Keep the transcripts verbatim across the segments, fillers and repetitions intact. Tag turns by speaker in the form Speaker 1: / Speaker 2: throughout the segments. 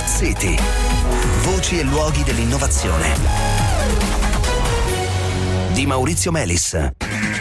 Speaker 1: City. Voci e luoghi dell'innovazione. Di Maurizio Melis.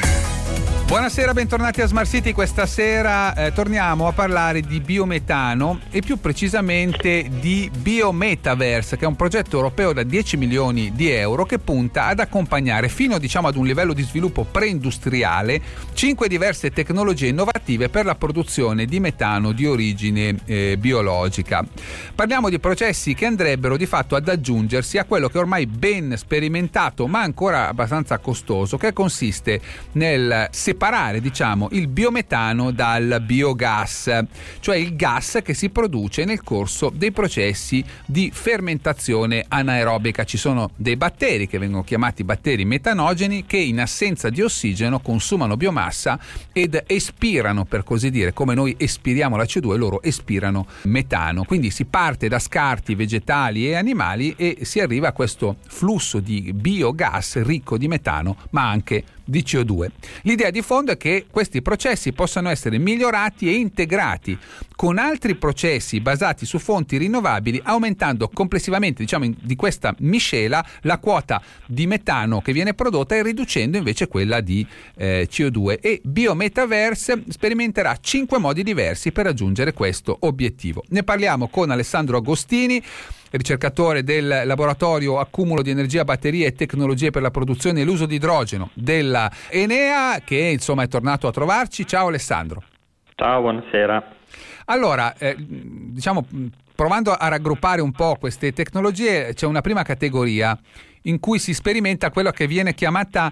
Speaker 2: Buonasera, bentornati a Smart City. Questa sera eh, torniamo a parlare di biometano e più precisamente di Biometaverse, che è un progetto europeo da dieci milioni di euro che punta ad accompagnare fino diciamo ad un livello di sviluppo preindustriale cinque diverse tecnologie innovative per la produzione di metano di origine eh, biologica. Parliamo di processi che andrebbero di fatto ad aggiungersi a quello che è ormai ben sperimentato ma ancora abbastanza costoso, che consiste nel separare diciamo il biometano dal biogas, cioè il gas che si produce nel corso dei processi di fermentazione anaerobica. Ci sono dei batteri che vengono chiamati batteri metanogeni che in assenza di ossigeno consumano biomassa ed espirano, per così dire, come noi espiriamo la C O due, loro espirano metano. Quindi si parte da scarti vegetali e animali e si arriva a questo flusso di biogas ricco di metano ma anche di C O due. L'idea di fondo è che questi processi possano essere migliorati e integrati con altri processi basati su fonti rinnovabili, aumentando complessivamente, diciamo, in, di questa miscela la quota di metano che viene prodotta e riducendo invece quella di eh, C O due. E Biometaverse sperimenterà cinque modi diversi per raggiungere questo obiettivo. Ne parliamo con Alessandro Agostini, ricercatore del laboratorio accumulo di energia, batterie e tecnologie per la produzione e l'uso di idrogeno della Enea, che insomma è tornato a trovarci. Ciao Alessandro.
Speaker 3: Ciao, buonasera.
Speaker 2: Allora, eh, diciamo, provando a raggruppare un po' queste tecnologie, c'è una prima categoria in cui si sperimenta quello che viene chiamata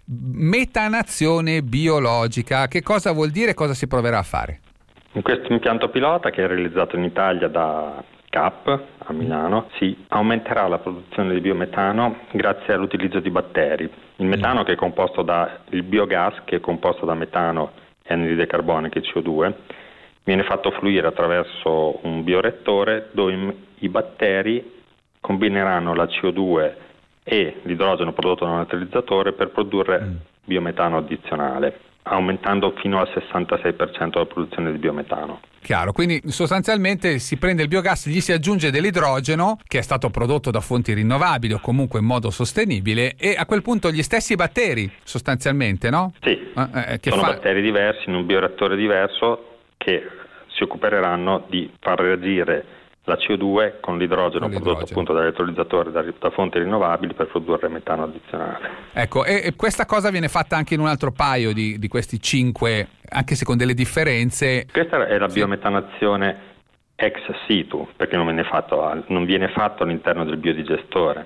Speaker 2: metanazione biologica. Che cosa vuol dire? Cosa si proverà a fare?
Speaker 3: In questo impianto pilota, che è realizzato in Italia da C A P a Milano, si aumenterà la produzione di biometano grazie all'utilizzo di batteri. Il metano, che è composto da il biogas, che è composto da metano e anidride carbonica e C O due, viene fatto fluire attraverso un bioreattore dove i batteri combineranno la C O due e l'idrogeno prodotto da un elettrolizzatore per produrre mm. biometano addizionale, aumentando fino al sessantasei per cento la produzione di biometano.
Speaker 2: Chiaro, quindi sostanzialmente si prende il biogas, gli si aggiunge dell'idrogeno che è stato prodotto da fonti rinnovabili o comunque in modo sostenibile, e a quel punto gli stessi batteri sostanzialmente, no?
Speaker 3: Sì,
Speaker 2: eh, che
Speaker 3: sono
Speaker 2: fa... batteri
Speaker 3: diversi in un bioreattore diverso che si occuperanno di far reagire la C O due con l'idrogeno, con l'idrogeno. prodotto appunto dall'elettrolizzatore da, da fonti rinnovabili per produrre metano addizionale.
Speaker 2: Ecco, e, e questa cosa viene fatta anche in un altro paio di, di questi cinque, anche se con delle differenze.
Speaker 3: Questa è la
Speaker 2: sì.
Speaker 3: biometanazione ex situ, perché non viene fatto, non viene fatto all'interno del biodigestore.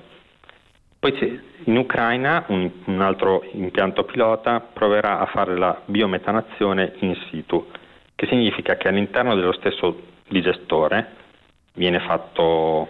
Speaker 3: Poi c'è, in Ucraina un, un altro impianto pilota proverà a fare la biometanazione in situ, che significa che all'interno dello stesso digestore viene fatto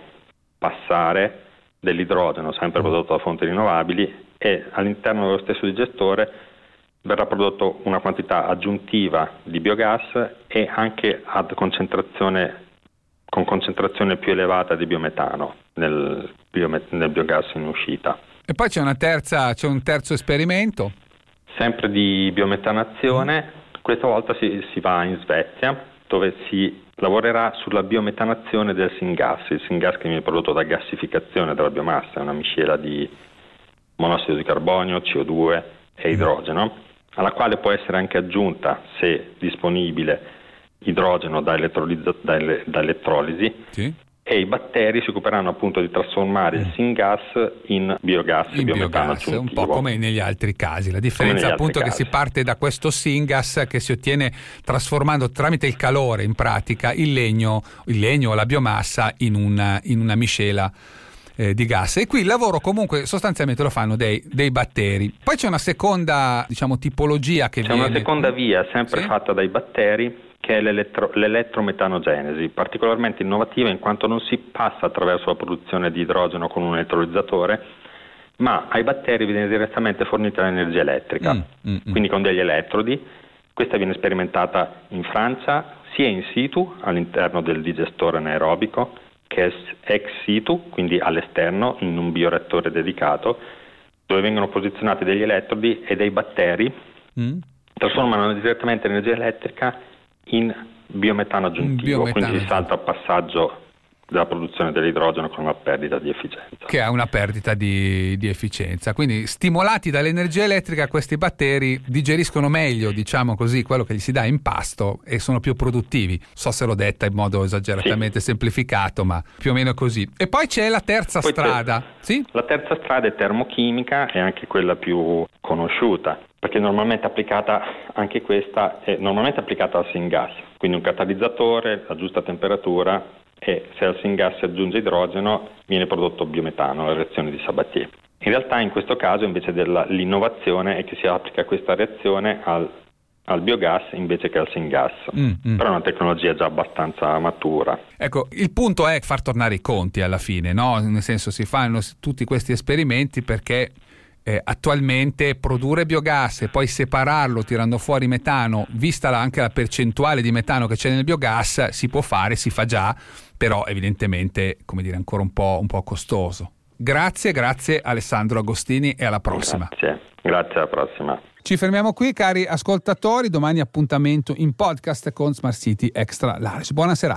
Speaker 3: passare dell'idrogeno, sempre prodotto da fonti rinnovabili, e all'interno dello stesso digestore verrà prodotto una quantità aggiuntiva di biogas e anche ad concentrazione, con concentrazione più elevata di biometano nel, biomet- nel biogas in uscita.
Speaker 2: E poi c'è una terza, c'è un terzo esperimento?
Speaker 3: Sempre di biometanazione, questa volta si, si va in Svezia, dove si lavorerà sulla biometanazione del syngas. Il syngas, che viene prodotto da gassificazione della biomassa, è una miscela di monossido di carbonio, C O due e idrogeno, alla quale può essere anche aggiunta, se disponibile, idrogeno da, elettrolizza- da, ele- da elettrolisi. Sì. E i batteri si occuperanno appunto di trasformare mm. il syngas in biogas,
Speaker 2: in
Speaker 3: biometano
Speaker 2: biogas,
Speaker 3: aggiuntivo.
Speaker 2: un po' come negli altri casi. La differenza appunto è che si parte da questo syngas che si ottiene trasformando tramite il calore in pratica il legno, il legno o la biomassa in una, in una miscela eh, di gas. E qui il lavoro comunque sostanzialmente lo fanno dei, dei batteri. Poi c'è una seconda, diciamo, tipologia che
Speaker 3: c'è
Speaker 2: viene...
Speaker 3: una seconda via sempre
Speaker 2: sì?
Speaker 3: fatta dai batteri, che è l'elettro, l'elettrometanogenesi, particolarmente innovativa in quanto non si passa attraverso la produzione di idrogeno con un elettrolizzatore, ma ai batteri viene direttamente fornita l'energia elettrica, mm, mm, quindi con degli elettrodi. Questa viene sperimentata in Francia sia in situ all'interno del digestore anaerobico, che è ex situ, quindi all'esterno in un bioreattore dedicato, dove vengono posizionati degli elettrodi e dei batteri mm. trasformano direttamente l'energia elettrica in biometano aggiuntivo, biometano. Quindi si salta al passaggio della produzione dell'idrogeno con una perdita di efficienza.
Speaker 2: Che ha una perdita di, di efficienza. Quindi stimolati dall'energia elettrica questi batteri digeriscono meglio, diciamo così, quello che gli si dà in pasto e sono più produttivi. So se l'ho detta in modo esageratamente sì. semplificato, ma più o meno così. E poi c'è la terza poi strada. Sì?
Speaker 3: La terza strada è termochimica, è anche quella più conosciuta, perché normalmente applicata, anche questa è normalmente applicata al syngas, quindi un catalizzatore a giusta temperatura, e se al syngas si aggiunge idrogeno viene prodotto biometano, la reazione di Sabatier. In realtà in questo caso invece dell'innovazione è che si applica questa reazione al, al biogas invece che al syngas, mm, mm. però è una tecnologia già abbastanza matura.
Speaker 2: Ecco, il punto è far tornare i conti alla fine, no? Nel senso, si fanno tutti questi esperimenti perché Eh, attualmente produrre biogas e poi separarlo tirando fuori metano, vista la, anche la percentuale di metano che c'è nel biogas, si può fare, si fa già, però evidentemente, come dire, ancora un po', un po' costoso. Grazie, grazie Alessandro Agostini e alla prossima.
Speaker 3: Grazie, grazie, alla prossima.
Speaker 2: Ci fermiamo qui, cari ascoltatori, domani appuntamento in podcast con Smart City Extra Large. Buona serata.